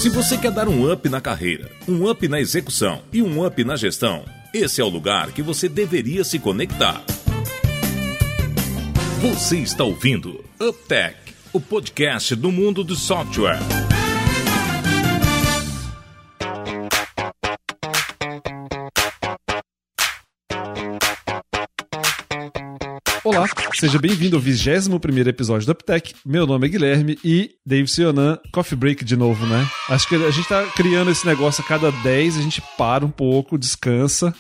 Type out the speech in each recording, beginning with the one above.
Se você quer dar um up na carreira, um up na execução e um up na gestão, esse é o lugar que você deveria se conectar. Você está ouvindo UpTech, o podcast do mundo do software. Olá, seja bem-vindo ao 21º episódio do UpTech. Meu nome é Guilherme e Davidson e Yonan, coffee break de novo, né? Acho que a gente tá criando esse negócio a cada 10, a gente para um pouco, descansa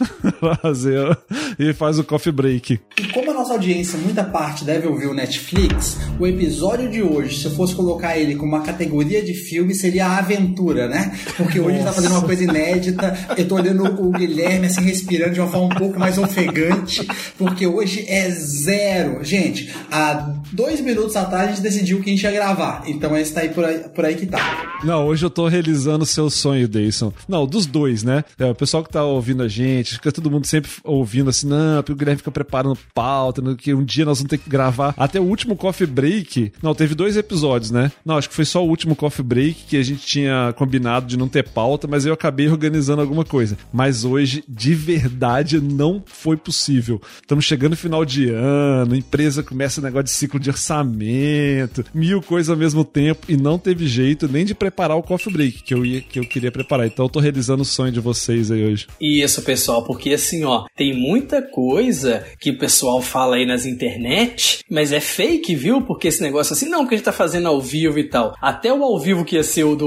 e faz o coffee break. E como a nossa audiência, muita parte deve ouvir o Netflix, o episódio de hoje, se eu fosse colocar ele como uma categoria de filme, seria a aventura, né? Porque hoje a gente tá fazendo uma coisa inédita, eu tô olhando o Guilherme assim, respirando de uma forma um pouco mais ofegante, porque hoje é zero. Gente, há 2 minutos atrás a gente decidiu que a gente ia gravar. Então esse tá aí por aí que tá. Não, hoje eu tô realizando o seu sonho, Deison. Não, dos dois, né? O pessoal que tá ouvindo a gente, fica todo mundo sempre ouvindo assim, não, porque o Guilherme fica preparando pauta, que um dia nós vamos ter que gravar. Até o último Coffee Break, não, teve 2 episódios, né? Não, acho que foi só o último Coffee Break que a gente tinha combinado de não ter pauta, mas eu acabei organizando alguma coisa. Mas hoje, de verdade, não foi possível. Estamos chegando no final de ano, a empresa começa o negócio de ciclo de orçamento, 1000 coisas ao mesmo tempo, e não teve jeito nem de preparar o coffee break que eu queria preparar. Então eu tô realizando o sonho de vocês aí hoje. Isso, pessoal, porque assim, ó, tem muita coisa que o pessoal fala aí nas internet, mas é fake, viu? Porque esse negócio assim, não, que a gente tá fazendo ao vivo e tal. Até o ao vivo que ia ser o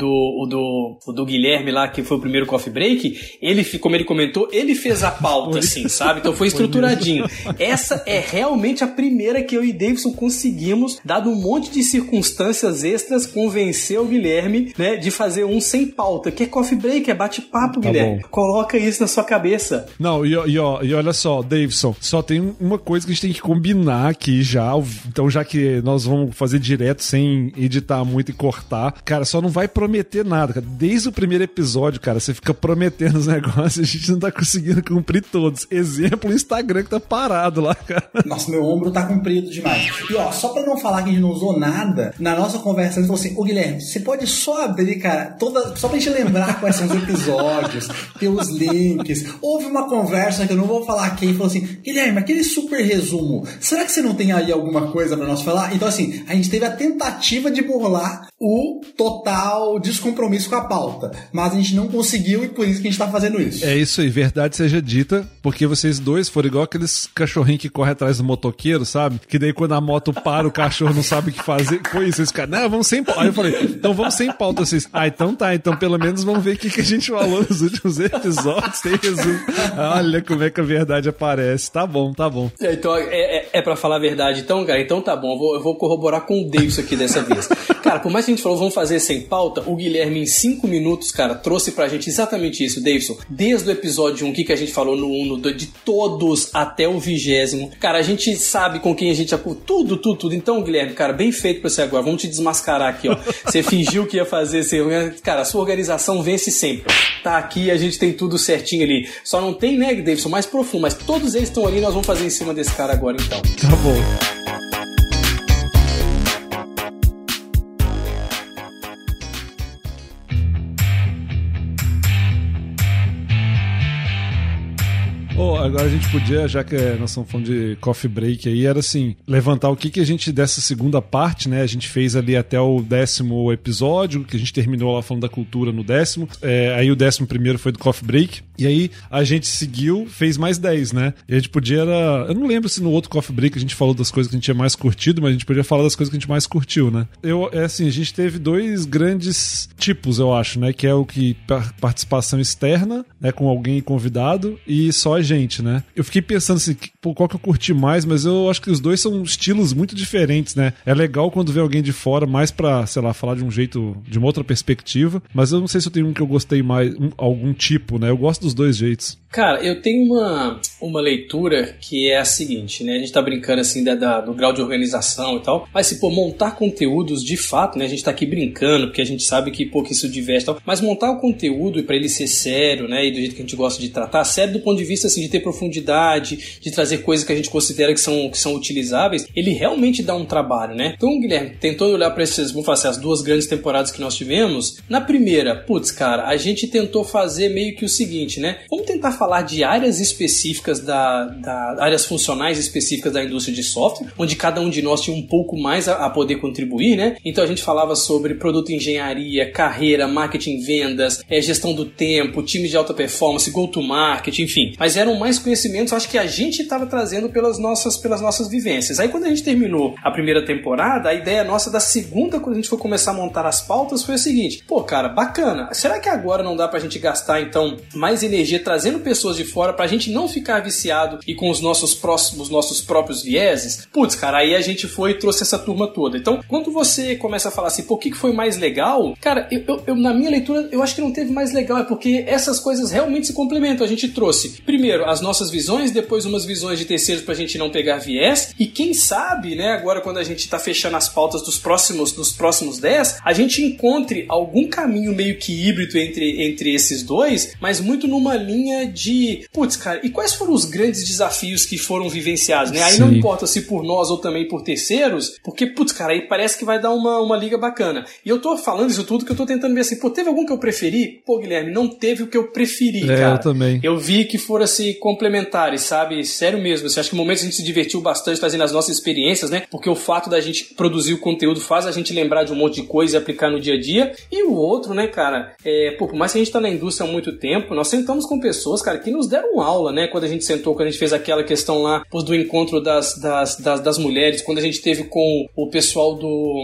do Guilherme lá, que foi o primeiro coffee break, ele, como ele comentou, ele fez a pauta, assim, sabe? Então foi estruturadinho. Essa é realmente a primeira que eu e Davidson conseguimos, dado um monte de circunstâncias extras, convencer o Guilherme, né, de fazer um sem pauta, que é coffee break, é bate-papo, tá, Guilherme. Bom. Coloca isso na sua cabeça. Não, e olha só, Davidson, só tem uma coisa que a gente tem que combinar aqui já, então já que nós vamos fazer direto sem editar muito e cortar, cara, só não vai prometer nada, cara. Desde o primeiro episódio, cara, você fica prometendo os negócios e a gente não tá conseguindo cumprir todos. Exemplo, o Instagram que tá parado lá, cara. Nossa, meu ombro tá comprido demais. E ó, só pra não falar que a gente não usou nada, na nossa conversa a gente falou assim, ô Guilherme, você pode só abrir, cara, só pra gente lembrar quais são os episódios, ter os links. Houve uma conversa que eu não vou falar quem, falou assim, Guilherme, aquele super resumo, será que você não tem aí alguma coisa pra nós falar? Então assim, a gente teve a tentativa de burlar o total descompromisso com a pauta, mas a gente não conseguiu e por isso que a gente tá fazendo isso. É isso aí, verdade seja dita, porque vocês dois foram igual aqueles cachorrinhos que correm atrás do motoqueiro, sabe? Que daí quando a moto para, o cachorro não sabe o que fazer. Foi isso, eles ficaram, não, vamos sem pauta. Aí eu falei, então vamos sem pauta, vocês. Ah, então tá, então pelo menos vamos ver o que a gente falou nos últimos episódios, tem resumo. Olha como é que a verdade aparece. Tá bom, tá bom. Então, é pra falar a verdade, então, cara, então tá bom, eu vou corroborar com o Davidson aqui dessa vez. Cara, por mais que a gente falou, vamos fazer sem pauta, o Guilherme em 5 minutos, cara, trouxe pra gente exatamente isso, Davidson. Desde o episódio 1, o que a gente falou no 1, no 2, de todos até o 20º. Cara, a gente sabe com quem a gente... Tudo. Então, Guilherme, cara, bem feito pra você agora. Vamos te desmascarar aqui, ó. Você fingiu que ia fazer... Cara, a sua organização vence sempre. Tá aqui, a gente tem tudo certinho ali. Só não tem, né, Davidson, mais profundo. Mas todos eles estão ali, nós vamos fazer em cima desse cara agora, então. Tá bom. Agora a gente podia, já que nós estamos falando de coffee break aí, era assim, levantar o que a gente, dessa segunda parte, né, a gente fez ali até o 10º episódio, que a gente terminou lá falando da cultura no 10º, aí o 11º foi do coffee break, e aí a gente seguiu, fez mais 10, né, e a gente podia, eu não lembro se no outro coffee break a gente falou das coisas que a gente tinha mais curtido, mas a gente podia falar das coisas que a gente mais curtiu, né. Assim, a gente teve 2 grandes tipos, eu acho, né, que é o que participação externa, né, com alguém convidado, e só a gente, né? Eu fiquei pensando assim, qual que eu curti mais, mas eu acho que os dois são estilos muito diferentes, né? É legal quando vê alguém de fora mais pra, sei lá, falar de um jeito, de uma outra perspectiva, mas eu não sei se eu tenho um que eu gostei mais, algum tipo, né? Eu gosto dos dois jeitos. Cara, eu tenho uma leitura que é a seguinte, né? A gente tá brincando assim do grau de organização e tal, mas se, montar conteúdos de fato, né? A gente tá aqui brincando, porque a gente sabe que, que isso diverte e tal, mas montar o conteúdo pra ele ser sério, né? E do jeito que a gente gosta de tratar, sério do ponto de vista, assim, de ter profundidade, de trazer coisas que a gente considera que são utilizáveis, ele realmente dá um trabalho, né? Então, Guilherme, tentando olhar para essas, vamos falar assim, as 2 grandes temporadas que nós tivemos, na primeira, cara, a gente tentou fazer meio que o seguinte, né? Vamos tentar falar de áreas específicas áreas funcionais específicas da indústria de software, onde cada um de nós tinha um pouco mais a poder contribuir, né? Então a gente falava sobre produto e engenharia, carreira, marketing, vendas, gestão do tempo, time de alta performance, go-to-market, enfim. Mas eram mais conhecimentos, acho que a gente estava trazendo pelas nossas vivências. Aí quando a gente terminou a primeira temporada, a ideia nossa da segunda, quando a gente foi começar a montar as pautas, foi o seguinte: cara, bacana, será que agora não dá pra gente gastar, então, mais energia trazendo pessoas de fora pra gente não ficar viciado e com os nossos próprios vieses? Cara, aí a gente foi e trouxe essa turma toda. Então, quando você começa a falar assim, o que foi mais legal? Cara, eu na minha leitura, eu acho que não teve mais legal, é porque essas coisas realmente se complementam. A gente trouxe, primeiro, as nossas visões, depois umas visões de terceiros pra gente não pegar viés, e quem sabe, né, agora quando a gente tá fechando as pautas dos próximos 10, a gente encontre algum caminho meio que híbrido entre esses dois, mas muito numa linha de, cara, e quais foram os grandes desafios que foram vivenciados, né? Aí Sim. Não importa se por nós ou também por terceiros, porque, cara, aí parece que vai dar uma liga bacana. E eu tô falando isso tudo que eu tô tentando ver assim, teve algum que eu preferi? Guilherme, não teve o que eu preferi, cara. Eu também. Eu vi que foram, assim, complementares, sabe? Sério mesmo. Assim, acho que em momentos a gente se divertiu bastante trazendo as nossas experiências, né? Porque o fato da gente produzir o conteúdo faz a gente lembrar de um monte de coisa e aplicar no dia a dia. E o outro, né, cara, por mais que a gente tá na indústria há muito tempo, nós sentamos com pessoas, cara, que nos deram aula, né? Quando a gente fez aquela questão lá do encontro das mulheres, quando a gente teve com o pessoal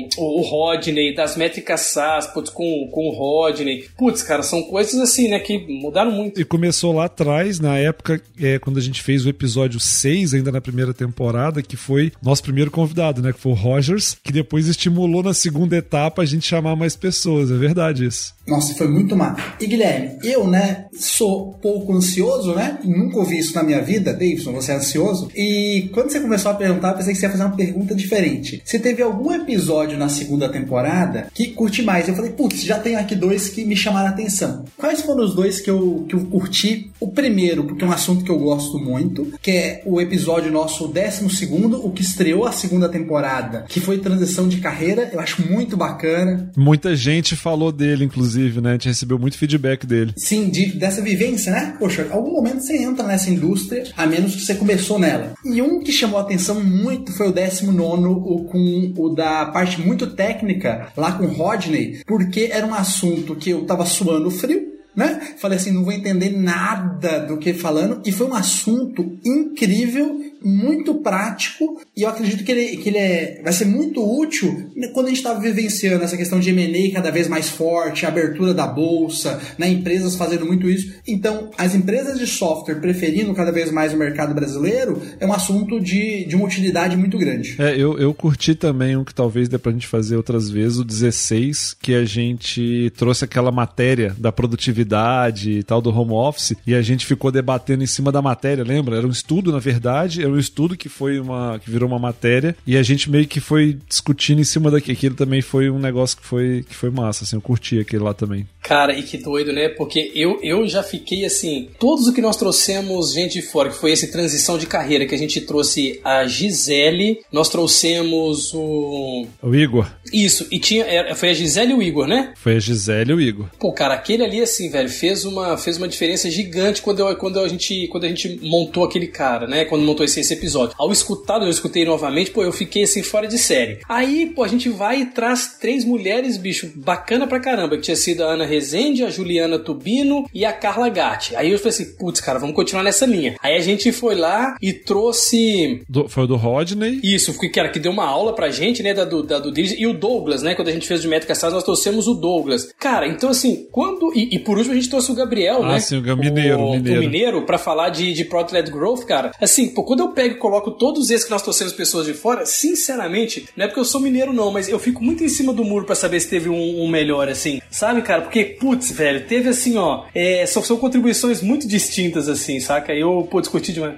o Rodney, das métricas SaaS, com o Rodney. Cara, são coisas assim, né, que mudaram muito. E começou lá atrás, na época, quando a gente fez o episódio 6, ainda na primeira temporada, que foi nosso primeiro convidado, né, que foi o Rogers, que depois estimulou na segunda etapa a gente chamar mais pessoas. É verdade isso. Nossa, foi muito massa. E Guilherme, eu, né, sou pouco ansioso, né? Nunca ouvi isso na minha vida. Davidson, você é ansioso? E quando você começou a perguntar, eu pensei que você ia fazer uma pergunta diferente. Você teve algum episódio na segunda temporada que curti mais? Eu falei, já tenho aqui 2 que me chamaram a atenção. Quais foram os 2 que eu curti? O primeiro, porque é um assunto que eu gosto muito, que é o episódio nosso 12º, o que estreou a segunda temporada, que foi transição de carreira. Eu acho muito bacana. Muita gente falou dele, inclusive, né? A gente recebeu muito feedback dele. Sim, dessa vivência, né? Poxa, em algum momento você entra nessa indústria, a menos que você começou nela. E um que chamou a atenção muito foi o 19º, com o da parte muito técnica, lá com o Rodney, porque era um assunto que eu tava suando frio, né? Falei assim, não vou entender nada do que falando, e foi um assunto incrível, muito prático, e eu acredito que ele vai ser muito útil quando a gente está vivenciando essa questão de M&A cada vez mais forte, a abertura da bolsa, né? Empresas fazendo muito isso. Então, as empresas de software preferindo cada vez mais o mercado brasileiro é um assunto de uma utilidade muito grande. Eu curti também um que talvez dê pra gente fazer outras vezes, o 16, que a gente trouxe aquela matéria da produtividade e tal do home office, e a gente ficou debatendo em cima da matéria, lembra? Era um estudo, na verdade, era um estudo que virou uma matéria, e a gente meio que foi discutindo em cima daquilo. Aquilo também foi um negócio que foi massa, assim, eu curti aquele lá também. Cara, e que doido, né? Porque eu já fiquei assim, todos o que nós trouxemos gente de fora, que foi essa transição de carreira, que a gente trouxe a Gisele, nós trouxemos o Igor. Isso, e foi a Gisele e o Igor, né? Foi a Gisele e o Igor. Cara, aquele ali, assim, velho, fez uma diferença gigante quando a gente montou aquele cara, né? Quando montou esse episódio. Ao escutado, eu escutei novamente, eu fiquei assim, fora de série. Aí, a gente vai e traz 3 mulheres, bicho, bacana pra caramba, que tinha sido a Ana Rezende, a Juliana Tubino e a Carla Gatti. Aí eu falei assim, cara, vamos continuar nessa linha. Aí a gente foi lá e trouxe... Foi o do Rodney. Isso, que deu uma aula pra gente, né, da do Dirige, e o Douglas, né, quando a gente fez de Métrica SaaS, nós trouxemos o Douglas. Cara, então assim, e por último a gente trouxe o Gabriel, né? Sim, o Mineiro, pra falar de Product-Led Growth, cara. Assim, quando eu pego e coloco todos esses que nós trouxemos pessoas de fora, sinceramente, não é porque eu sou mineiro não, mas eu fico muito em cima do muro pra saber se teve um melhor, assim, sabe, cara? Porque, velho, teve assim, são contribuições muito distintas, assim, saca? Eu, discuti demais.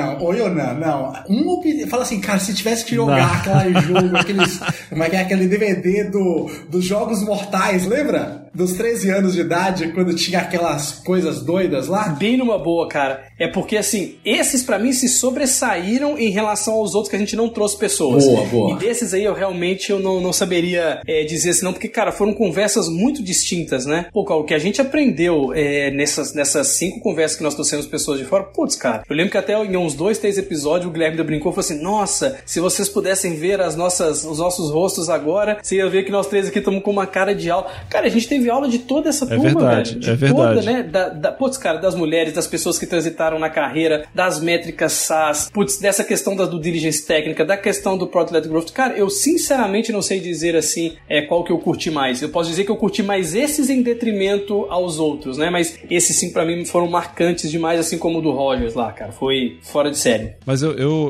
Não. Fala assim, cara, se tivesse que jogar aquele jogo, como é que é aquele DVD dos Jogos Mortais, lembra? dos 13 anos de idade, quando tinha aquelas coisas doidas lá? Bem numa boa, cara. É porque, assim, esses pra mim se sobressaíram em relação aos outros que a gente não trouxe pessoas. Boa. E desses aí eu realmente não saberia dizer assim, não, porque, cara, foram conversas muito distintas, né? Pô, o que a gente aprendeu nessas 5 conversas que nós trouxemos pessoas de fora, putz, cara, eu lembro que até em uns 2, 3 episódios o Guilherme ainda brincou e falou assim, nossa, se vocês pudessem ver os nossos rostos agora, você ia ver que nós 3 aqui estamos com uma cara de aula. Cara, a gente teve aula de toda essa turma, verdade, velho. De verdade. Toda, né? Putz, cara, das mulheres, das pessoas que transitaram na carreira, das métricas SaaS, putz, dessa questão da due diligence técnica, da questão do Product-led Growth. Cara, eu sinceramente não sei dizer assim qual que eu curti mais. Eu posso dizer que eu curti mais esses em detrimento aos outros, né? Mas esses sim pra mim foram marcantes demais, assim como o do Rogers lá, cara. Foi fora de série. Mas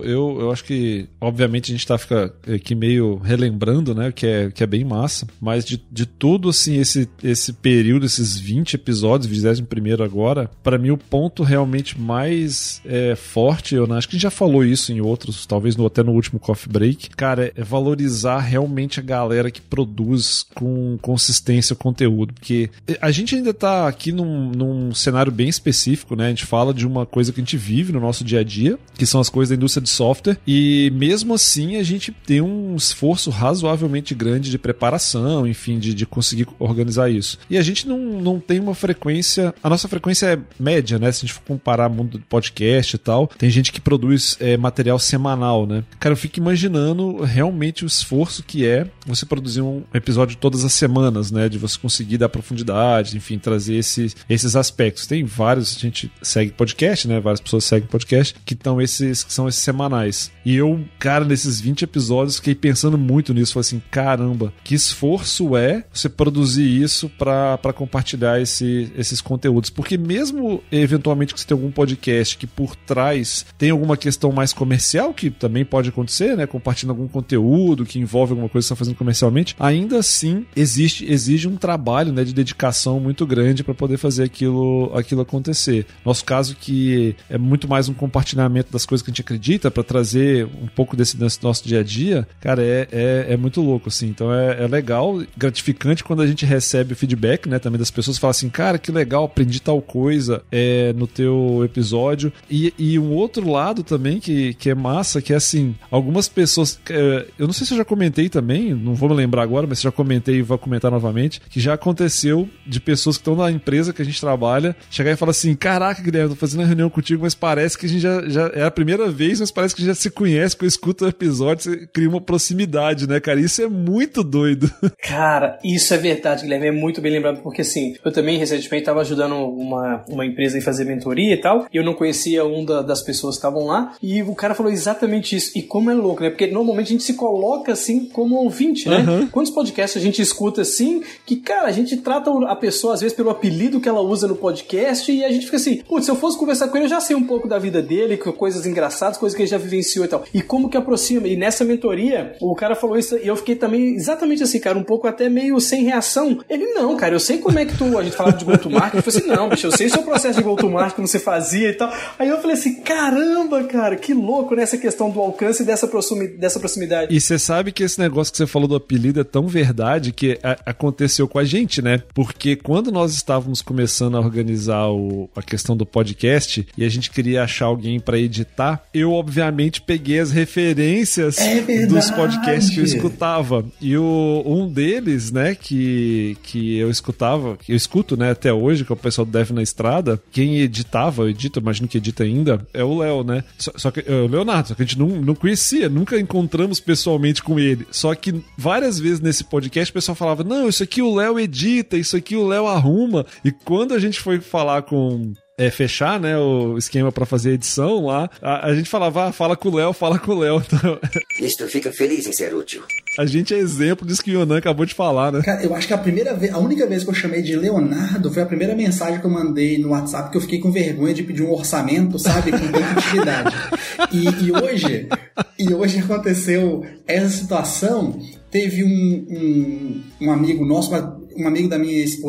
eu acho que, obviamente, a gente fica aqui meio relembrando, né? Que é bem massa. Mas de tudo, assim, esse período, esses 20 episódios, 21º agora, pra mim o ponto realmente mais forte, acho que a gente já falou isso em outros, talvez até no último Coffee Break, cara, é valorizar realmente a galera que produz com consistência o conteúdo, porque a gente ainda tá aqui num cenário bem específico, né? A gente fala de uma coisa que a gente vive no nosso dia a dia, que são as coisas da indústria de software, e mesmo assim a gente tem um esforço razoavelmente grande de preparação, enfim, de conseguir organizar isso. E a gente não tem uma frequência, a nossa frequência é média, né? Se a gente for comparar o mundo do podcast e tal, tem gente que produz material semanal, né? Cara, eu fico imaginando realmente o esforço que é você produzir um episódio todas as semanas, né? De você conseguir dar profundidade, enfim, trazer esses aspectos. Tem vários, a gente segue podcast, né? Várias pessoas seguem podcast, que são esses semanais. E eu, cara, nesses 20 episódios, fiquei pensando muito nisso. Falei assim, caramba, que esforço é você produzir isso pra compartilhar esses conteúdos. Porque mesmo, eventualmente, que você tem algum podcast que por trás tem alguma questão mais comercial, que também pode acontecer, né? Compartilhando algum conteúdo que envolve alguma coisa que você está fazendo comercialmente, ainda assim exige um trabalho, né, de dedicação muito grande para poder fazer aquilo acontecer. Nosso caso, que é muito mais um compartilhamento das coisas que a gente acredita, para trazer um pouco desse nosso dia a dia, cara, é muito louco, assim. Então é legal, gratificante quando a gente recebe o feedback, né, também das pessoas, falam assim, cara, que legal, aprendi tal coisa no teu episódio. E um outro lado também que é massa, que é assim, algumas pessoas, eu não sei se eu já comentei também, não vou me lembrar agora, mas já comentei e vou comentar novamente, que já aconteceu de pessoas que estão na empresa que a gente trabalha, chegar e falar assim, caraca, Guilherme, tô fazendo uma reunião contigo, mas parece que a gente já é a primeira vez, mas parece que já se conhece, que eu escuto o episódio, você cria uma proximidade, né, cara? Isso é muito doido. Cara, isso é verdade, Guilherme, é muito bem lembrado, porque assim, eu também recentemente estava ajudando uma empresa a fazer mentoria e tal, e eu não conhecia das pessoas que estavam lá, e o cara falou exatamente isso, e como é louco, né? Porque normalmente a gente se coloca assim como ouvinte, né? Uhum. Quantos podcasts a gente escuta assim, que, cara, a gente trata a pessoa às vezes pelo apelido que ela usa no podcast, e a gente fica assim, putz, se eu fosse conversar com ele, eu já sei um pouco da vida dele, coisas engraçadas, coisas que ele já vivenciou e tal. E como que aproxima? E nessa mentoria, o cara falou isso, e eu fiquei também exatamente assim, cara, um pouco até meio sem reação. Ele, não, cara, eu sei como é que a gente falava de go-to-market, eu falei assim, não, bicho, eu sei o seu processo de go-to-market, como você fazia e tal. Aí eu falei assim, caramba, cara, que louco nessa questão do alcance e dessa proximidade. E você sabe que esse negócio que você falou do apelido é tão verdade que aconteceu com a gente, né? Porque quando nós estávamos começando a organizar a questão do podcast e a gente queria achar alguém para editar, eu obviamente peguei as referências dos podcasts que eu escutava. E um deles, né, que eu escuto, né, até hoje, que é o pessoal do Dev na Estrada, quem editava, imagino que edita ainda, é o Léo, né? Só que o Leonardo, só que a gente não conhecia, nunca encontramos pessoalmente com ele. Só que várias vezes nesse podcast o pessoal falava, não, isso aqui o Léo edita, isso aqui o Léo arruma. E quando a gente foi falar fechar, né, o esquema pra fazer a edição lá, a gente falava, fala com o Léo. Então, isto fica feliz em ser útil. A gente é exemplo disso que o Yonan acabou de falar, né? Cara, eu acho que a única vez que eu chamei de Leonardo foi a primeira mensagem que eu mandei no WhatsApp, que eu fiquei com vergonha de pedir um orçamento, sabe, com tanta intimidade. E hoje aconteceu essa situação. Teve um amigo nosso, um amigo da minha esposa,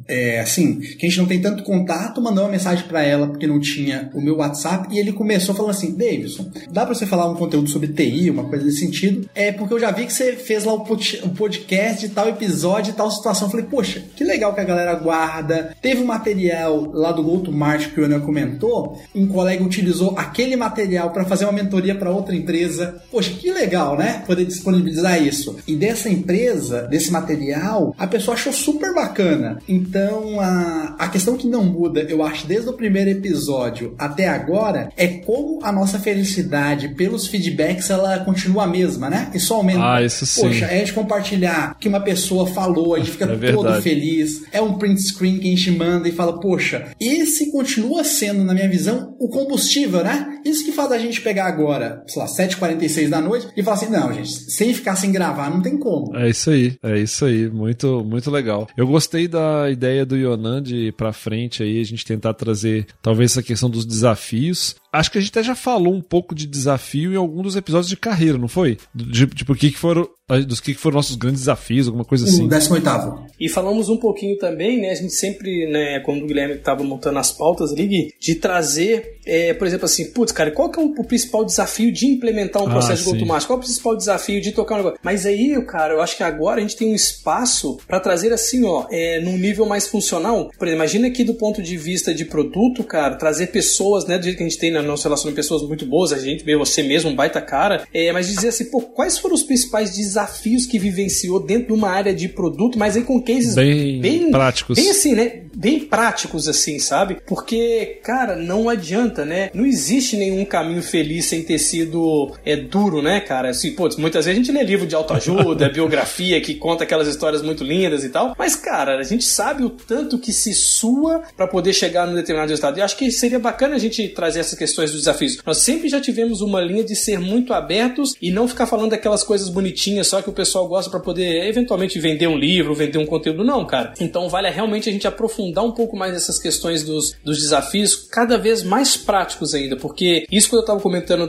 assim, que a gente não tem tanto contato, mandou uma mensagem pra ela porque não tinha o meu WhatsApp, e ele começou falando assim: Davidson, dá pra você falar um conteúdo sobre TI, uma coisa desse sentido? Porque eu já vi que você fez lá o podcast de tal episódio, de tal situação. Eu falei, poxa, que legal que a galera guarda. Teve um material lá do GoToMarket que o Yonan comentou, um colega utilizou aquele material para fazer uma mentoria para outra empresa. Poxa, que legal, né? Poder disponibilizar isso. E dessa empresa, desse material, a pessoa achou super bacana. Então, a questão que não muda, eu acho, desde o primeiro episódio até agora, é como a nossa felicidade pelos feedbacks, ela continua a mesma, né? E só aumenta. Isso sim. Poxa, é de compartilhar que uma pessoa falou, a gente fica todo feliz. É um print screen que a gente manda e fala, poxa, esse continua sendo, na minha visão, o combustível, né? Isso que faz a gente pegar agora, sei lá, 7h46 da noite e falar assim, não, gente, sem ficar sem gravar, não tem como. É isso aí. Muito, muito legal. Eu gostei da ideia do Yonan de ir pra frente aí, a gente tentar trazer, talvez, essa questão dos desafios. Acho que a gente até já falou um pouco de desafio em algum dos episódios de carreira, não foi? Tipo, dos que foram nossos grandes desafios, alguma coisa assim. O 18º. E falamos um pouquinho também, né? A gente sempre, né, quando o Guilherme estava montando as pautas ali, de trazer, por exemplo, assim, putz, cara, qual que é o principal desafio de implementar um processo de GoToMarket? Qual é o principal desafio de tocar um negócio? Mas aí, cara, eu acho que agora a gente tem um espaço para trazer assim, num nível mais funcional. Por exemplo, imagina que do ponto de vista de produto, cara, trazer pessoas, né, do jeito que a gente tem na nossa relação de pessoas muito boas, a gente vê você mesmo, um baita cara, mas dizer assim, pô, quais foram os principais desafios que vivenciou dentro de uma área de produto, mas aí com cases bem práticos. Bem assim, né? Bem práticos, assim, sabe? Porque, cara, não adianta, né? Não existe nenhum caminho feliz sem ter sido duro, né, cara? Assim, pô, muitas vezes a gente lê livro de autoajuda, biografia, que conta aquelas histórias muito lindas e tal, mas, cara, a gente sabe o tanto que se sua pra poder chegar num determinado resultado. E acho que seria bacana a gente trazer essas questões dos desafios. Nós sempre já tivemos uma linha de ser muito abertos e não ficar falando daquelas coisas bonitinhas só que o pessoal gosta pra poder, eventualmente, vender um livro, vender um conteúdo. Não, cara. Então, vale realmente a gente aprofundar um pouco mais essas questões dos desafios, cada vez mais práticos ainda, porque isso que eu tava comentando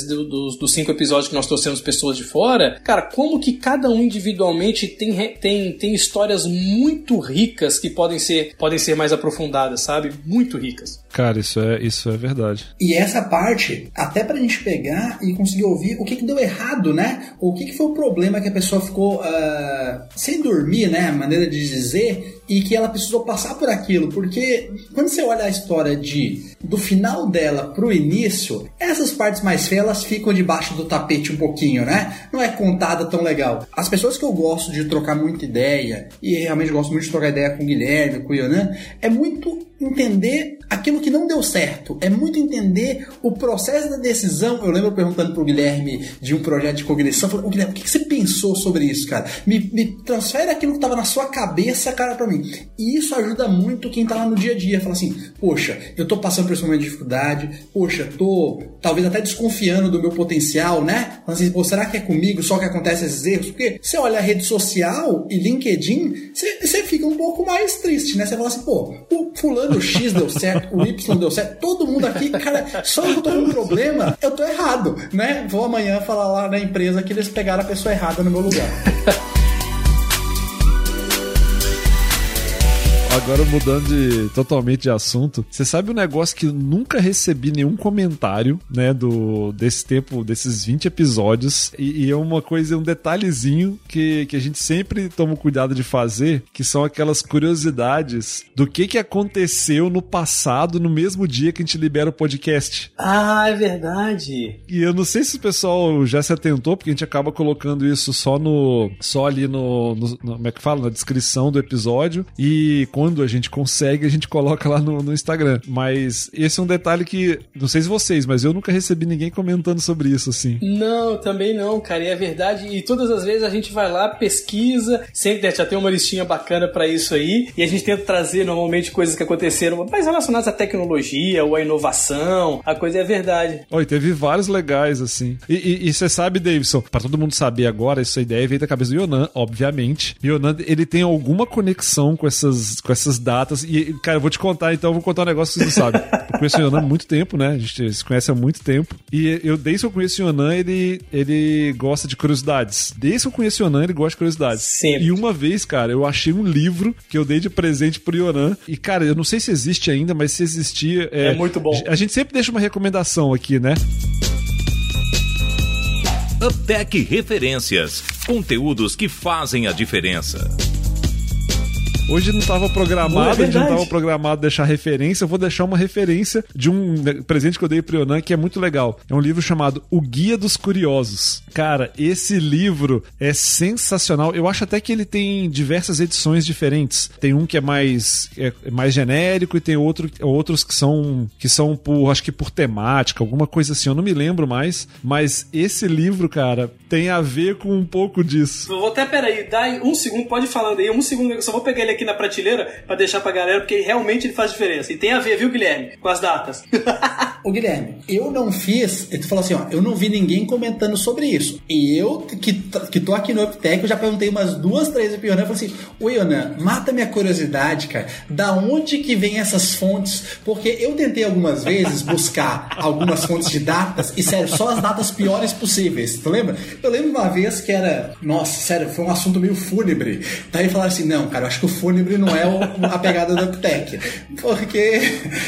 dos 5 episódios que nós trouxemos pessoas de fora, cara, como que cada um individualmente tem histórias muito ricas que podem ser mais aprofundadas, sabe? Muito ricas. Cara, isso é verdade. E essa parte, até pra gente pegar e conseguir ouvir o que deu errado, né? O que foi o problema que a pessoa ficou sem dormir, né? Maneira de dizer, e que ela precisou passar por aquilo. Porque quando você olha a história do final dela pro início, essas partes mais feias, elas ficam debaixo do tapete um pouquinho, né? Não é contada tão legal. As pessoas que eu gosto de trocar muita ideia, e realmente gosto muito de trocar ideia com o Guilherme, com o Yonan, é muito entender aquilo que não deu certo, é muito entender o processo da decisão. Eu lembro perguntando pro Guilherme de um projeto de cognição, falando, Guilherme, o que você pensou sobre isso, cara? Me transfere aquilo que estava na sua cabeça, cara, pra mim. E isso ajuda muito quem tá lá no dia a dia, fala assim, poxa, eu tô passando por esse momento de dificuldade, poxa, tô talvez até desconfiando do meu potencial, né? Falando assim, pô, será que é comigo só que acontecem esses erros? Porque você olha a rede social e LinkedIn, você fica um pouco mais triste, né? Você fala assim, pô, o fulano X deu certo, o Y deu certo, todo mundo aqui, cara, só eu tô com um problema, eu tô errado, né? Vou amanhã falar lá na empresa que eles pegaram a pessoa errada no meu lugar. Agora mudando totalmente de assunto, você sabe um negócio que eu nunca recebi nenhum comentário, né, desses 20 episódios, e é uma coisa, um detalhezinho que a gente sempre toma cuidado de fazer, que são aquelas curiosidades do que aconteceu no passado, no mesmo dia que a gente libera o podcast. Ah, é verdade. E eu não sei se o pessoal já se atentou, porque a gente acaba colocando isso só ali no como é que fala? Na descrição do episódio, e quando a gente consegue, a gente coloca lá no Instagram. Mas esse é um detalhe que, não sei se vocês, mas eu nunca recebi ninguém comentando sobre isso, assim. Não, também não, cara, e é verdade. E todas as vezes a gente vai lá, pesquisa, sempre já tem uma listinha bacana pra isso aí, e a gente tenta trazer normalmente coisas que aconteceram mais relacionadas à tecnologia ou à inovação, a coisa é verdade. E teve vários legais, assim. E você sabe, Davidson, pra todo mundo saber agora, essa ideia veio da cabeça do Yonan, obviamente. E o Yonan, ele tem alguma conexão com essas essas datas. E, cara, eu vou te contar, então, eu vou contar um negócio que vocês não sabem. Eu conheço o Yonan há muito tempo, né? A gente se conhece há muito tempo. E desde que eu conheço o Yonan, ele gosta de curiosidades. Desde que eu conheço o Yonan, ele gosta de curiosidades. Sempre. E uma vez, cara, eu achei um livro que eu dei de presente pro Yonan. E, cara, eu não sei se existe ainda, mas se existia... É muito bom. A gente sempre deixa uma recomendação aqui, né? Uptech Referências. Conteúdos que fazem a diferença. Hoje não estava programado, deixar referência. Eu vou deixar uma referência de um presente que eu dei pro Yonan, que é muito legal. É um livro chamado O Guia dos Curiosos. Cara, esse livro é sensacional. Eu acho até que ele tem diversas edições diferentes. Tem um que é mais genérico e tem outros que são por, acho que por temática, alguma coisa assim. Eu não me lembro mais. Mas esse livro, cara, tem a ver com um pouco disso. Eu vou até, peraí, dá aí um segundo, pode ir falando aí, um segundo, eu só vou pegar ele aqui na prateleira pra deixar pra galera, porque realmente ele faz diferença. E tem a ver, viu, Guilherme? Com as datas. Ô, Guilherme, eu não fiz... Tu falou assim, ó, eu não vi ninguém comentando sobre isso. E eu, que tô aqui no Uptech, eu já perguntei umas 2, 3 vezes pro Yonan, eu falei assim, ô Yonan, mata minha curiosidade, cara. Da onde que vem essas fontes? Porque eu tentei algumas vezes buscar algumas fontes de datas, e sério, só as datas piores possíveis. Tu lembra? Eu lembro uma vez que era... Nossa, sério, foi um assunto meio fúnebre. Daí falaram assim, não, cara, eu acho que o fúnebre não é a pegada do Uptech. Porque...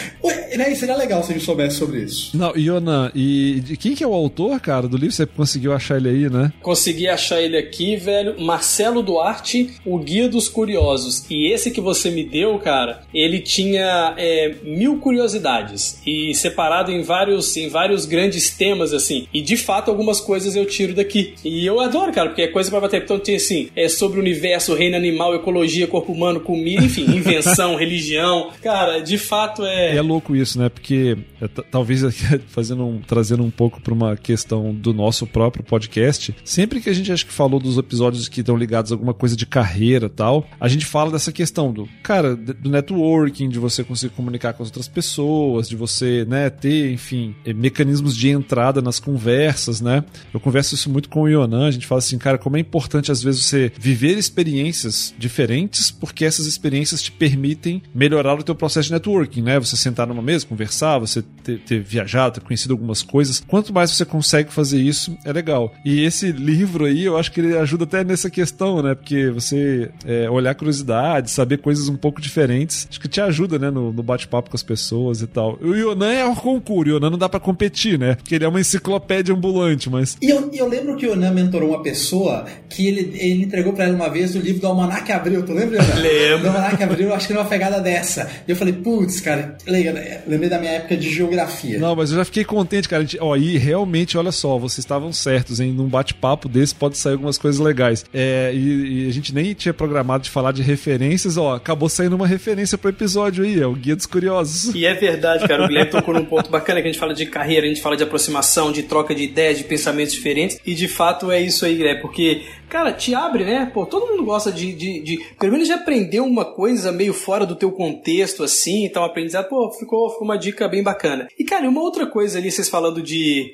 Né, seria legal se a gente soubesse sobre isso. Não, Yonan, e quem que é o autor, cara, do livro? Você conseguiu achar ele aí, né? Consegui achar ele aqui, velho. Marcelo Duarte, O Guia dos Curiosos. E esse que você me deu, cara, ele tinha 1000 curiosidades. E separado em vários grandes temas, assim. E, de fato, algumas coisas eu tiro daqui. E eu adoro, cara, porque é coisa pra bater. Então, tem, assim, sobre o universo, reino animal, ecologia, corpo humano, comida, enfim, invenção, religião. Cara, de fato É louco isso, né? Porque talvez trazendo um pouco para uma questão do nosso próprio podcast, sempre que a gente acho que falou dos episódios que estão ligados a alguma coisa de carreira e tal, a gente fala dessa questão do networking, de você conseguir comunicar com as outras pessoas, de você, né, ter, enfim, mecanismos de entrada nas conversas, né? Eu converso isso muito com o Yonan, a gente fala assim, cara, como é importante às vezes você viver experiências diferentes, porque essas experiências te permitem melhorar o teu processo de networking, né? Você sentar numa mesa, conversar, você ter viajado, ter conhecido algumas coisas. Quanto mais você consegue fazer isso, é legal. E esse livro aí, eu acho que ele ajuda até nessa questão, né? Porque você olhar curiosidades, saber coisas um pouco diferentes, acho que te ajuda, né? No bate-papo com as pessoas e tal. O Yonan é um concurso, o Yonan não dá pra competir, né? Porque ele é uma enciclopédia ambulante, mas... E eu lembro que o Yonan mentorou uma pessoa que ele entregou pra ela uma vez o livro do Almanac Abril, tu lembra, Yonan? Lembro. Do Almanac Abril, eu acho que era uma pegada dessa. E eu falei, putz, cara, lembrei da minha época de geografia. Não, mas eu já fiquei contente, cara. E realmente, olha só, vocês estavam certos, hein? Num bate-papo desse pode sair algumas coisas legais. E a gente nem tinha programado de falar de referências, acabou saindo uma referência pro episódio aí, é o Guia dos Curiosos. E é verdade, cara, o Guilherme tocou num ponto bacana, que a gente fala de carreira, a gente fala de aproximação, de troca de ideias, de pensamentos diferentes, e de fato é isso aí, Guilherme, porque... Cara, te abre, né? Pô, todo mundo gosta de pelo menos de aprender uma coisa meio fora do teu contexto, assim, então aprendizado, ficou uma dica bem bacana. E, cara, uma outra coisa ali, vocês falando de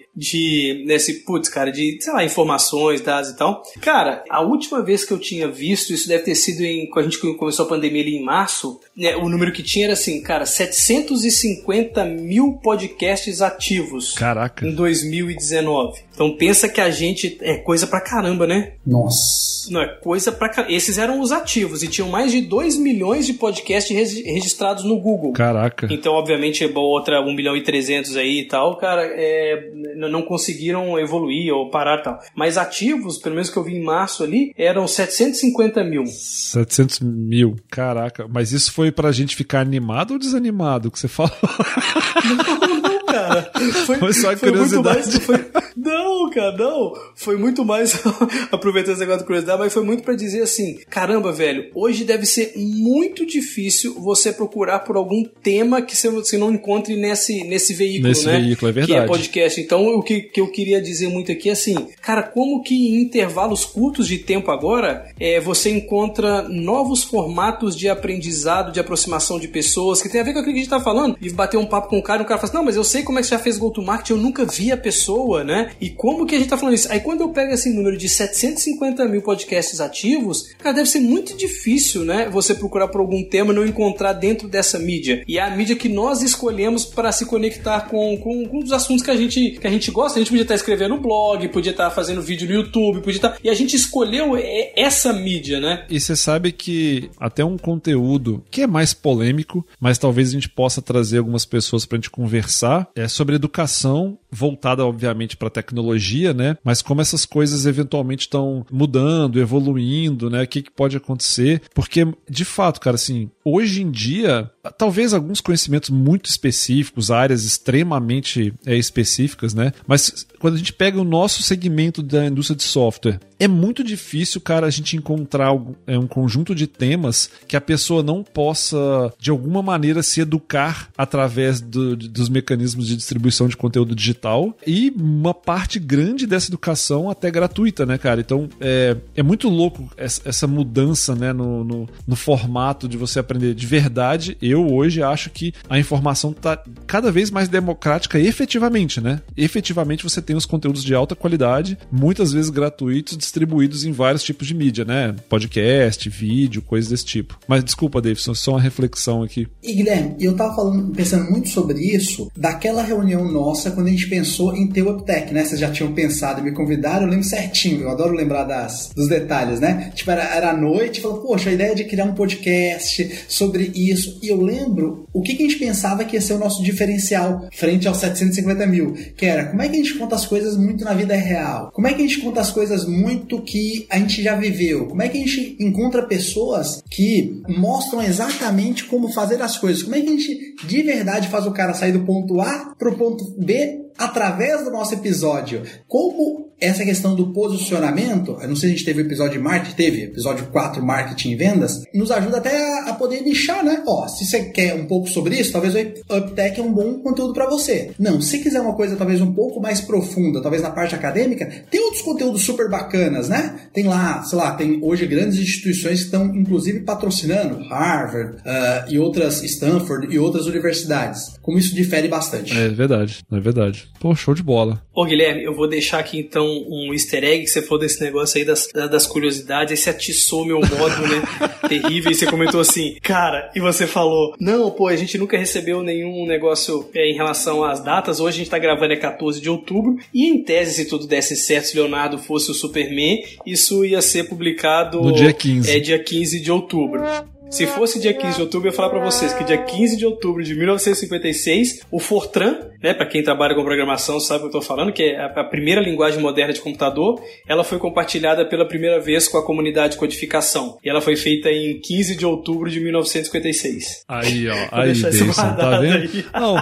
sei lá, informações, dados e tal. Cara, a última vez que eu tinha visto, isso deve ter sido quando a gente começou a pandemia ali em março, né, o número que tinha era assim, cara, 750 mil podcasts ativos. Caraca. Em 2019. Então pensa que a gente é coisa pra caramba, né? Nossa. Não, é coisa pra caramba. Esses eram os ativos e tinham mais de 2 milhões de podcasts registrados no Google. Caraca. Então, obviamente, outra 1 milhão e 300 aí e tal, cara, não conseguiram evoluir ou parar e tal. Mas ativos, pelo menos que eu vi em março ali, eram 750 mil. 700 mil, caraca. Mas isso foi pra gente ficar animado ou desanimado que você falou? Não, cara. Foi só curiosidade. Não, cara, não. Foi muito mais, aproveitando esse negócio de curiosidade, mas foi muito pra dizer assim, caramba, velho, hoje deve ser muito difícil você procurar por algum tema que você não encontre nesse veículo, nesse né? Veículo, é verdade. Que é podcast. Então, o que eu queria dizer muito aqui é assim, cara, como que em intervalos curtos de tempo agora, você encontra novos formatos de aprendizado, de aproximação de pessoas, que tem a ver com aquilo que a gente tá falando, e bater um papo com o cara fala assim, não, mas eu sei sei como é que você já fez go-to-market, eu nunca vi a pessoa, né? E como que a gente tá falando isso? Aí quando eu pego esse número de 750 mil podcasts ativos, cara, deve ser muito difícil, né? Você procurar por algum tema e não encontrar dentro dessa mídia. E é a mídia que nós escolhemos para se conectar com os assuntos que a gente gosta. A gente podia estar escrevendo blog, podia estar fazendo vídeo no YouTube, podia estar... E a gente escolheu essa mídia, né? E você sabe que até um conteúdo que é mais polêmico, mas talvez a gente possa trazer algumas pessoas pra gente conversar, é sobre educação, voltada obviamente pra tecnologia, né? Mas como essas coisas eventualmente estão mudando, evoluindo, né? O que pode acontecer? Porque, de fato, cara, assim, hoje em dia, talvez alguns conhecimentos muito específicos, áreas extremamente específicas, né? Mas quando a gente pega o nosso segmento da indústria de software, é muito difícil, cara, a gente encontrar um conjunto de temas que a pessoa não possa, de alguma maneira, se educar através dos mecanismos de distribuição de conteúdo digital, e uma parte grande dessa educação até gratuita, né, cara? Então, é muito louco essa mudança, né, no formato de você aprender. De verdade, eu hoje acho que a informação está cada vez mais democrática efetivamente, né? Efetivamente você tem os conteúdos de alta qualidade, muitas vezes gratuitos, distribuídos em vários tipos de mídia, né? Podcast, vídeo, coisas desse tipo. Mas desculpa, Davidson, só uma reflexão aqui. E Guilherme, eu tava pensando muito sobre isso daquela reunião nossa quando a gente pensou em ter o UpTech, né? Vocês já tinham pensado em me convidar, eu lembro certinho, eu adoro lembrar dos detalhes, né? Tipo, era à noite, falou, poxa, a ideia de criar um podcast sobre isso. E eu lembro o que a gente pensava que ia ser o nosso diferencial frente aos 750 mil, que era como é que a gente conta as coisas muito na vida real? Como é que a gente conta as coisas muito que a gente já viveu? Como é que a gente encontra pessoas que mostram exatamente como fazer as coisas? Como é que a gente de verdade faz o cara sair do ponto A para o ponto B através do nosso episódio? Como essa questão do posicionamento, eu não sei se a gente teve episódio de marketing, episódio 4, marketing e vendas, nos ajuda até a poder nichar, né? Ó, se você quer um pouco sobre isso, talvez o UpTech é um bom conteúdo para você. Não, se quiser uma coisa talvez um pouco mais profunda, talvez na parte acadêmica, tem outros conteúdos super bacanas, né? Tem lá, sei lá, tem hoje grandes instituições que estão inclusive patrocinando, Harvard e outras, Stanford e outras universidades. Como isso difere bastante. É verdade. Pô, show de bola. Ô Guilherme, eu vou deixar aqui então um easter egg que você falou desse negócio aí das curiosidades, aí você atiçou meu modo, né, terrível, e você comentou assim, cara, e você falou, não, pô, a gente nunca recebeu nenhum negócio em relação às datas, hoje a gente tá gravando 14 de outubro, e em tese, se tudo desse certo, se Leonardo fosse o Superman, isso ia ser publicado no dia 15. Dia 15 de outubro. Se fosse dia 15 de outubro, eu ia falar pra vocês que dia 15 de outubro de 1956, o Fortran, né, pra quem trabalha com programação sabe o que eu tô falando, que é a primeira linguagem moderna de computador, ela foi compartilhada pela primeira vez com a comunidade de codificação. E ela foi feita em 15 de outubro de 1956. Aí, ó. Aí, Davidson, tá vendo? Aí. Não,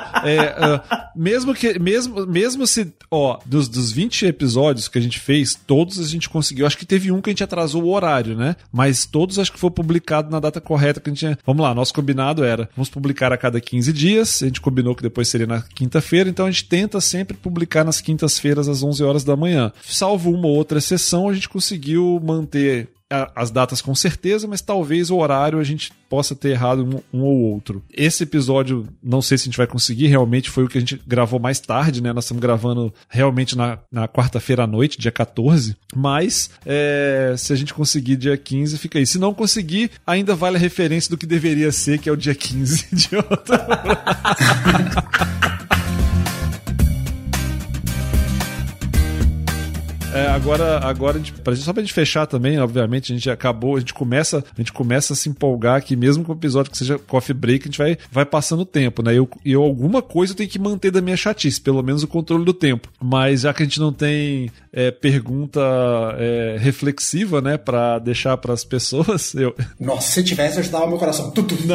mesmo se, ó, dos 20 episódios que a gente fez, todos a gente conseguiu, acho que teve um que a gente atrasou o horário, né? Mas todos acho que foi publicado na data correta que a gente tinha. Vamos lá, nosso combinado era, vamos publicar a cada 15 dias, a gente combinou que depois seria na quinta-feira, então a gente tenta sempre publicar nas quintas-feiras às 11 horas da manhã. Salvo uma ou outra exceção, a gente conseguiu manter as datas com certeza, mas talvez o horário a gente possa ter errado um ou outro. Esse episódio, não sei se a gente vai conseguir, realmente foi o que a gente gravou mais tarde, né? Nós estamos gravando realmente na quarta-feira à noite, dia 14, mas se a gente conseguir dia 15, fica aí. Se não conseguir, ainda vale a referência do que deveria ser, que é o dia 15 de outubro. Agora só pra gente fechar também, obviamente, a gente começa a se empolgar que mesmo com o episódio que seja coffee break, a gente vai passando o tempo, né? Eu alguma coisa eu tenho que manter da minha chatice, pelo menos o controle do tempo. Mas já que a gente não tem pergunta reflexiva, né, pra deixar pras pessoas, Nossa, se tivesse, eu ajudava meu coração.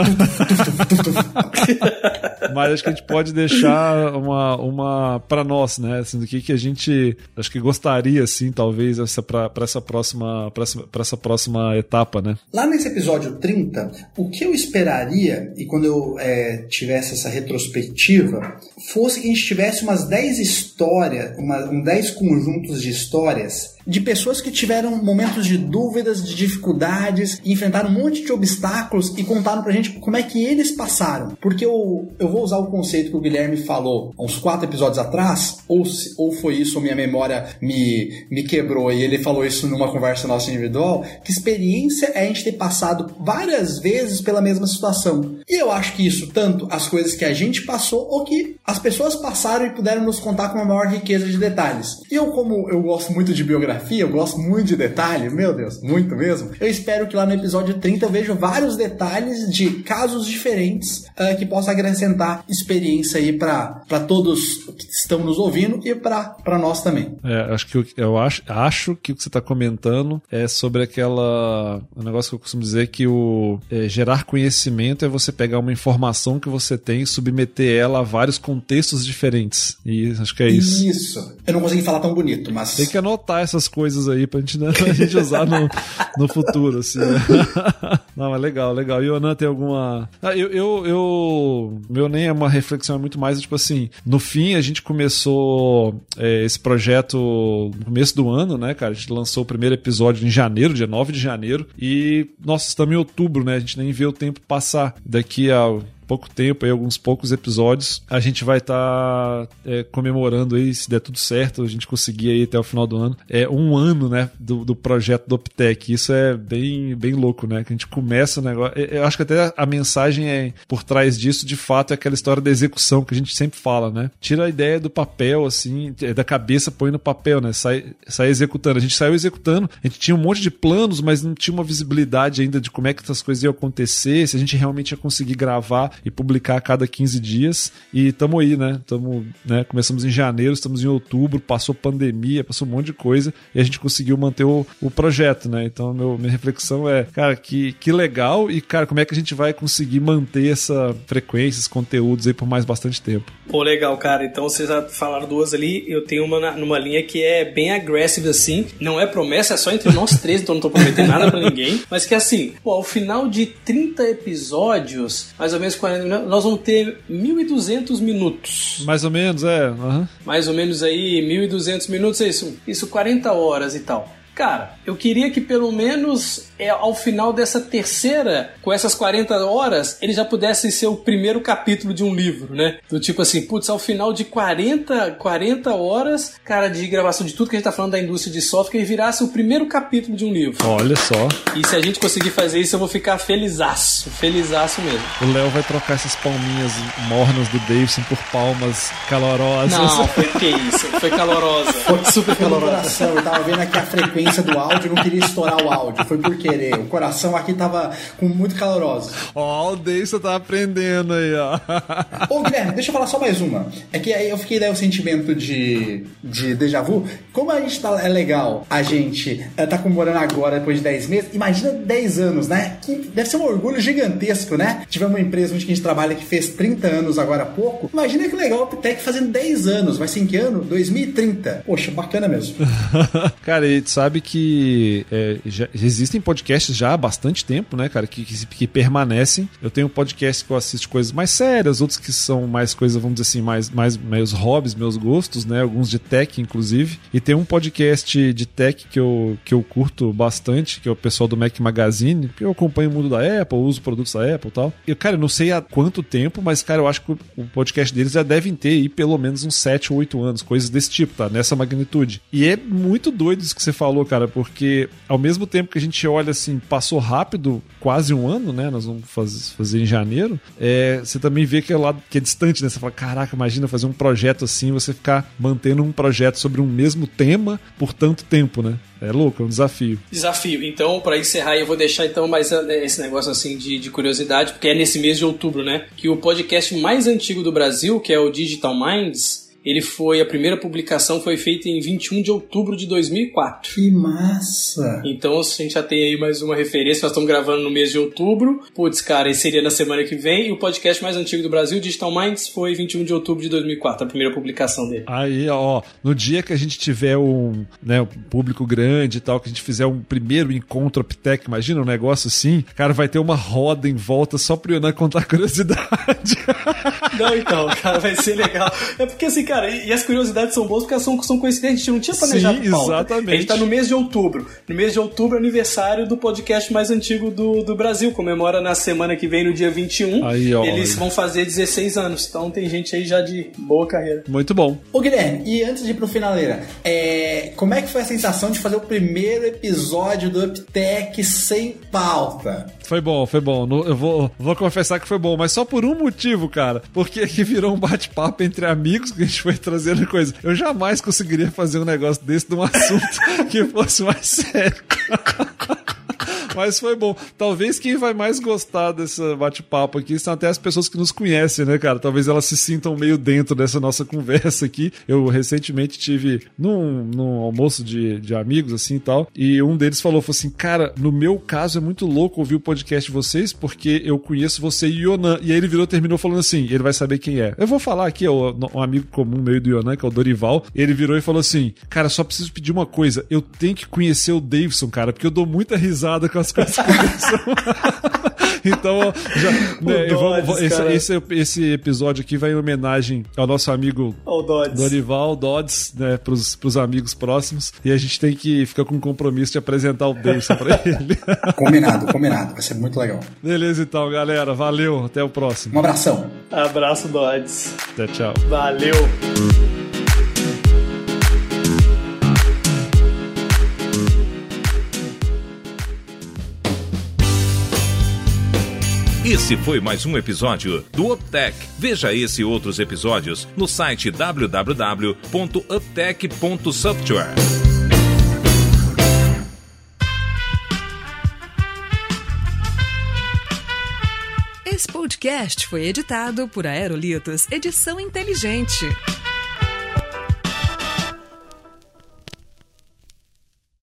Mas acho que a gente pode deixar uma pra nós, né? Assim, do que a gente acho que gostaria, assim, talvez, para essa próxima etapa, né? Lá nesse episódio 30, o que eu esperaria, e quando eu tivesse essa retrospectiva, fosse que a gente tivesse umas 10 histórias, 10 conjuntos de histórias de pessoas que tiveram momentos de dúvidas, de dificuldades, enfrentaram um monte de obstáculos e contaram pra gente como é que eles passaram. Porque eu eu vou usar o conceito que o Guilherme falou há uns 4 episódios atrás, ou foi isso, ou minha memória me quebrou e ele falou isso numa conversa nossa individual, que experiência é a gente ter passado várias vezes pela mesma situação. E eu acho que isso, tanto as coisas que a gente passou, ou que as pessoas passaram e puderam nos contar com uma maior riqueza de detalhes. E eu, como eu gosto muito de biografia, eu gosto muito de detalhes, meu Deus, muito mesmo, eu espero que lá no episódio 30 eu veja vários detalhes de casos diferentes que possa acrescentar experiência aí para todos que estão nos ouvindo e para nós também. Eu acho que o que você está comentando é sobre um negócio que eu costumo dizer que gerar conhecimento é você pegar uma informação que você tem e submeter ela a vários contextos diferentes. E acho que é isso. Isso. Eu não consegui falar tão bonito, mas... Tem que anotar essas coisas aí pra gente usar no futuro, assim. Não, mas legal. E o Anan tem alguma... Meu nem é uma reflexão, é muito mais, tipo assim, no fim a gente começou esse projeto no começo do ano, né, cara? A gente lançou o primeiro episódio em janeiro, dia 9 de janeiro, e, nossa, estamos em outubro, né? A gente nem vê o tempo passar. Daqui a pouco tempo, aí, alguns poucos episódios, a gente vai estar comemorando aí, se der tudo certo, a gente conseguir aí até o final do ano, 1 ano, né, do projeto do Optec. Isso é bem, bem louco, né, que a gente começa o negócio, eu acho que até a mensagem por trás disso, de fato, é aquela história da execução que a gente sempre fala, né, tira a ideia do papel, assim, da cabeça, põe no papel, né, sai executando. A gente saiu executando, a gente tinha um monte de planos, mas não tinha uma visibilidade ainda de como é que essas coisas iam acontecer, se a gente realmente ia conseguir gravar e publicar a cada 15 dias, e estamos aí, né? Começamos em janeiro, estamos em outubro, passou pandemia, passou um monte de coisa, e a gente conseguiu manter o projeto, né? Então, minha reflexão é, cara, que legal, e, cara, como é que a gente vai conseguir manter essa frequência, esses conteúdos aí por mais bastante tempo? Pô, legal, cara. Então, vocês já falaram 2 ali, eu tenho uma numa linha que é bem agressiva, assim, não é promessa, é só entre nós 3, então não tô prometendo nada pra ninguém, mas que assim, ao final de 30 episódios, mais ou menos 40 minutos, nós vamos ter 1.200 minutos. Mais ou menos, Uhum. Mais ou menos aí, 1.200 minutos, é isso 40 horas e tal. Cara, eu queria que pelo menos ao final dessa terceira, com essas 40 horas, ele já pudesse ser o primeiro capítulo de um livro, né? Do tipo assim, putz, ao final de 40 horas, cara, de gravação de tudo que a gente tá falando da indústria de software, ele virasse o primeiro capítulo de um livro. Olha só. E se a gente conseguir fazer isso, eu vou ficar felizaço mesmo. O Léo vai trocar essas palminhas mornas do Davidson por palmas calorosas. Não, foi calorosa. Foi super calorosa. Eu tava vendo aqui a frequência do áudio, não queria estourar o áudio, foi por querer. O coração aqui tava com muito caloroso. Ó, o Deison tá aprendendo aí, ó. Ô, Guilherme, deixa eu falar só mais uma. É que aí eu fiquei daí o sentimento de déjà vu. Como a gente é legal, a gente tá comemorando agora, depois de 10 meses, imagina 10 anos, né? Que deve ser um orgulho gigantesco, né? Tivemos uma empresa onde a gente trabalha que fez 30 anos agora há pouco. Imagina que legal o Optec fazendo 10 anos. Vai ser em que ano? 2030. Poxa, bacana mesmo. Cara, e tu sabe que já existem podcasts já há bastante tempo, né, cara, que permanecem. Eu tenho um podcast que eu assisto coisas mais sérias, outros que são mais coisas, vamos dizer assim, mais meus hobbies, meus gostos, né, alguns de tech, inclusive. E tem um podcast de tech que eu curto bastante, que é o pessoal do Mac Magazine, que eu acompanho o mundo da Apple, uso produtos da Apple e tal. E, cara, eu não sei há quanto tempo, mas, cara, eu acho que o podcast deles já devem ter aí pelo menos uns 7 ou 8 anos, coisas desse tipo, tá? Nessa magnitude. E é muito doido isso que você falou, cara, porque ao mesmo tempo que a gente olha assim, passou rápido, quase 1 ano, né? Nós vamos fazer em janeiro. Você também vê que é lado que é distante, né? Você fala, caraca, imagina fazer um projeto assim, você ficar mantendo um projeto sobre um mesmo tema por tanto tempo, né? É louco, é um desafio. Então, para encerrar, eu vou deixar então mais esse negócio assim de curiosidade, porque é nesse mês de outubro, né? Que o podcast mais antigo do Brasil, que é o Digital Minds, a primeira publicação foi feita em 21 de outubro de 2004. Que massa! Então a gente já tem aí mais uma referência, nós estamos gravando no mês de outubro. Putz, cara, esse seria na semana que vem. E o podcast mais antigo do Brasil, Digital Minds, foi 21 de outubro de 2004, a primeira publicação dele. Aí, ó, no dia que a gente tiver um público grande e tal, que a gente fizer um primeiro encontro Optec, imagina um negócio assim, cara, vai ter uma roda em volta só pro Yonan contar curiosidade. Não, então, cara, vai ser legal. É porque assim, cara, Cara, e as curiosidades são boas porque elas são coincidentes, a gente não tinha planejado pauta. Exatamente. A gente tá no mês de outubro. No mês de outubro, aniversário do podcast mais antigo do Brasil. Comemora na semana que vem, no dia 21. Aí, ó, eles vão fazer 16 anos. Então tem gente aí já de boa carreira. Muito bom. Ô Guilherme, e antes de ir pro finaleira, como é que foi a sensação de fazer o primeiro episódio do UpTech sem pauta? Foi bom. Eu vou confessar que foi bom, mas só por um motivo, cara. Porque aqui virou um bate-papo entre amigos que a gente foi trazendo coisa. Eu jamais conseguiria fazer um negócio desse de um assunto que fosse mais sério. Mas foi bom. Talvez quem vai mais gostar desse bate-papo aqui são até as pessoas que nos conhecem, né, cara? Talvez elas se sintam meio dentro dessa nossa conversa aqui. Eu recentemente tive num almoço de amigos, assim, e tal, e um deles falou assim, cara, no meu caso é muito louco ouvir o podcast de vocês, porque eu conheço você e o Yonan. E aí ele terminou falando assim, ele vai saber quem é. Eu vou falar aqui, um amigo comum meio do Yonan, que é o Dorival, ele virou e falou assim, cara, só preciso pedir uma coisa, eu tenho que conhecer o Davidson, cara, porque eu dou muita risada com as coisas que então, esse episódio aqui vai em homenagem ao nosso amigo Dorival Dodds, né, pros amigos próximos, e a gente tem que ficar com um compromisso de apresentar o Davidson pra ele. Combinado, vai ser muito legal. Beleza então, galera, valeu, até o próximo. Um abração. Abraço, Dodds. Até tchau. Valeu. Esse foi mais um episódio do UpTech. Veja esse e outros episódios no site www.uptech.software. Esse podcast foi editado por Aerolitos Edição Inteligente.